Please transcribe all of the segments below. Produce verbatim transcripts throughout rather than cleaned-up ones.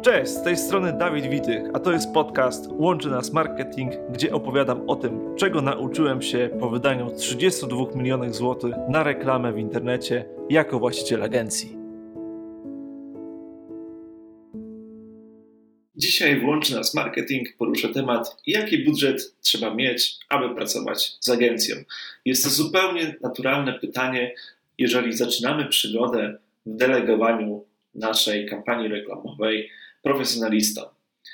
Cześć, z tej strony Dawid Witych, a to jest podcast Łączy Nas Marketing, gdzie opowiadam o tym, czego nauczyłem się po wydaniu trzydziestu dwóch milionów złotych na reklamę w internecie jako właściciel agencji. Dzisiaj w Łączy Nas Marketing poruszę temat, jaki budżet trzeba mieć, aby pracować z agencją. Jest to zupełnie naturalne pytanie, jeżeli zaczynamy przygodę w delegowaniu naszej kampanii reklamowej profesjonalistom.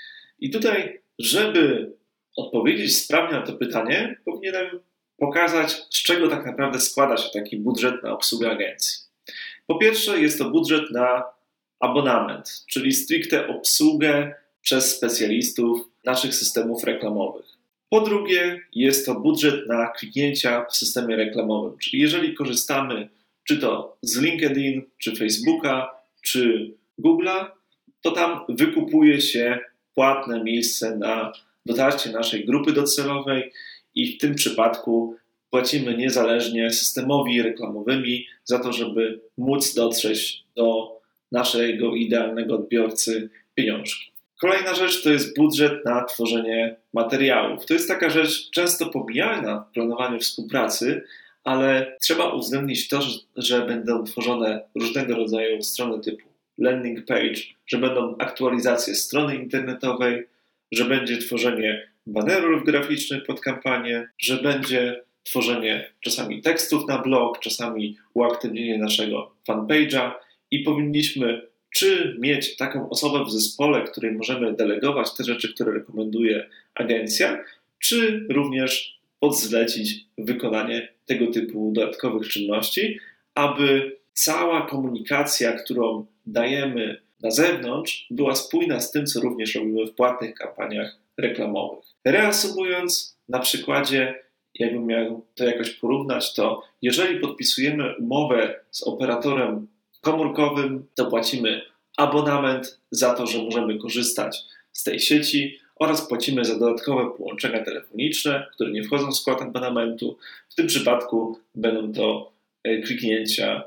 I tutaj, żeby odpowiedzieć sprawnie na to pytanie, powinienem pokazać, z czego tak naprawdę składa się taki budżet na obsługę agencji. Po pierwsze, jest to budżet na abonament, czyli stricte obsługę przez specjalistów naszych systemów reklamowych. Po drugie, jest to budżet na kliknięcia w systemie reklamowym, czyli jeżeli korzystamy czy to z LinkedIn, czy Facebooka, czy Google'a, to tam wykupuje się płatne miejsce na dotarcie naszej grupy docelowej i w tym przypadku płacimy niezależnie systemowi reklamowymi za to, żeby móc dotrzeć do naszego idealnego odbiorcy pieniążki. Kolejna rzecz to jest budżet na tworzenie materiałów. To jest taka rzecz często pomijana w planowaniu współpracy, ale trzeba uwzględnić to, że będą tworzone różnego rodzaju strony typu landing page, że będą aktualizacje strony internetowej, że będzie tworzenie banerów graficznych pod kampanię, że będzie tworzenie czasami tekstów na blog, czasami uaktywnienie naszego fanpage'a i powinniśmy czy mieć taką osobę w zespole, której możemy delegować te rzeczy, które rekomenduje agencja, czy również podzlecić wykonanie tego typu dodatkowych czynności, aby cała komunikacja, którą dajemy na zewnątrz, była spójna z tym, co również robimy w płatnych kampaniach reklamowych. Reasumując, na przykładzie, jakbym miał to jakoś porównać, to jeżeli podpisujemy umowę z operatorem komórkowym, to płacimy abonament za to, że możemy korzystać z tej sieci oraz płacimy za dodatkowe połączenia telefoniczne, które nie wchodzą w skład abonamentu. W tym przypadku będą to kliknięcia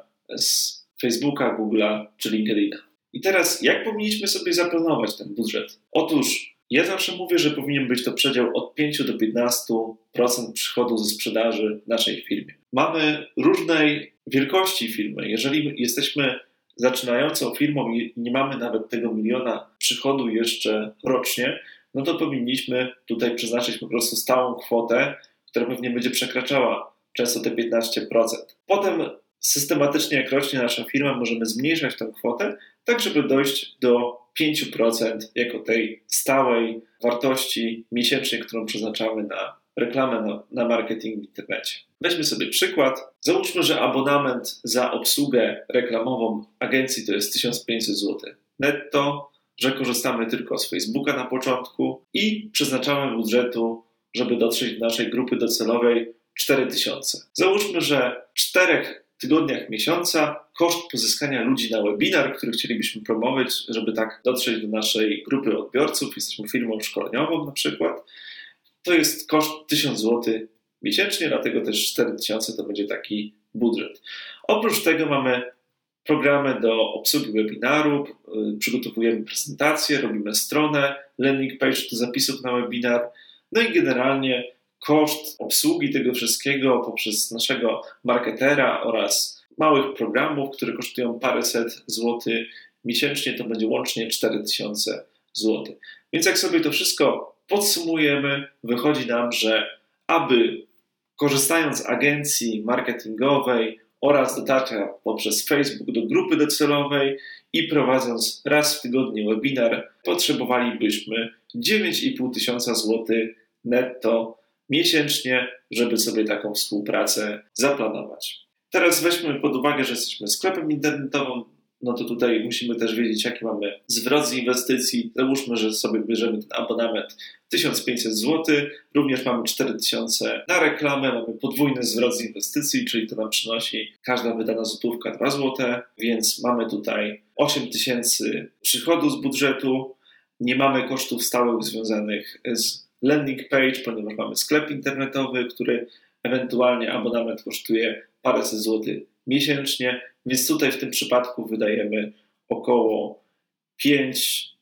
z Facebooka, Google'a czy LinkedIna. I teraz jak powinniśmy sobie zaplanować ten budżet? Otóż ja zawsze mówię, że powinien być to przedział od pięć do piętnastu procent przychodu ze sprzedaży w naszej firmie. Mamy różnej wielkości firmy. Jeżeli jesteśmy zaczynającą firmą i nie mamy nawet tego miliona przychodu jeszcze rocznie, no to powinniśmy tutaj przeznaczyć po prostu stałą kwotę, która pewnie będzie przekraczała często te piętnaście procent. Potem systematycznie, jak rośnie nasza firma, możemy zmniejszać tę kwotę, tak żeby dojść do pięć procent jako tej stałej wartości miesięcznej, którą przeznaczamy na reklamę, na, na marketing w internecie. Weźmy sobie przykład. Załóżmy, że abonament za obsługę reklamową agencji to jest tysiąc pięćset złotych netto, że korzystamy tylko z Facebooka na początku i przeznaczamy budżetu, żeby dotrzeć do naszej grupy docelowej cztery tysiące. Załóżmy, że w czterech tygodniach miesiąca koszt pozyskania ludzi na webinar, który chcielibyśmy promować, żeby tak dotrzeć do naszej grupy odbiorców, jesteśmy firmą szkoleniową na przykład, to jest koszt tysiąc złotych miesięcznie, dlatego też cztery tysiące to będzie taki budżet. Oprócz tego mamy programy do obsługi webinaru, przygotowujemy prezentację, robimy stronę, landing page do zapisów na webinar, no i generalnie koszt obsługi tego wszystkiego poprzez naszego marketera oraz małych programów, które kosztują paręset złotych miesięcznie, to będzie łącznie cztery tysiące złotych. Więc jak sobie to wszystko podsumujemy, wychodzi nam, że aby korzystając z agencji marketingowej oraz dotarcia poprzez Facebook do grupy docelowej i prowadząc raz w tygodniu webinar, potrzebowalibyśmy dziewięć i pół tysiąca złotych netto miesięcznie, żeby sobie taką współpracę zaplanować. Teraz weźmy pod uwagę, że jesteśmy sklepem internetowym, no to tutaj musimy też wiedzieć, jaki mamy zwrot z inwestycji. Załóżmy, że sobie bierzemy ten abonament tysiąc pięćset złotych, również mamy cztery tysiące na reklamę, mamy podwójny zwrot z inwestycji, czyli to nam przynosi każda wydana złotówka dwa złote, więc mamy tutaj osiem tysięcy przychodu z budżetu, nie mamy kosztów stałych związanych z landing page, ponieważ mamy sklep internetowy, który ewentualnie abonament kosztuje paręset złotych miesięcznie, więc tutaj w tym przypadku wydajemy około pięć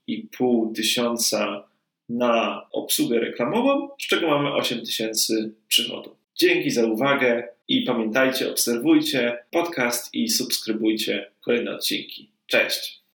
i pół tysiąca na obsługę reklamową, z czego mamy osiem tysięcy przychodu. Dzięki za uwagę i pamiętajcie, obserwujcie podcast i subskrybujcie kolejne odcinki. Cześć!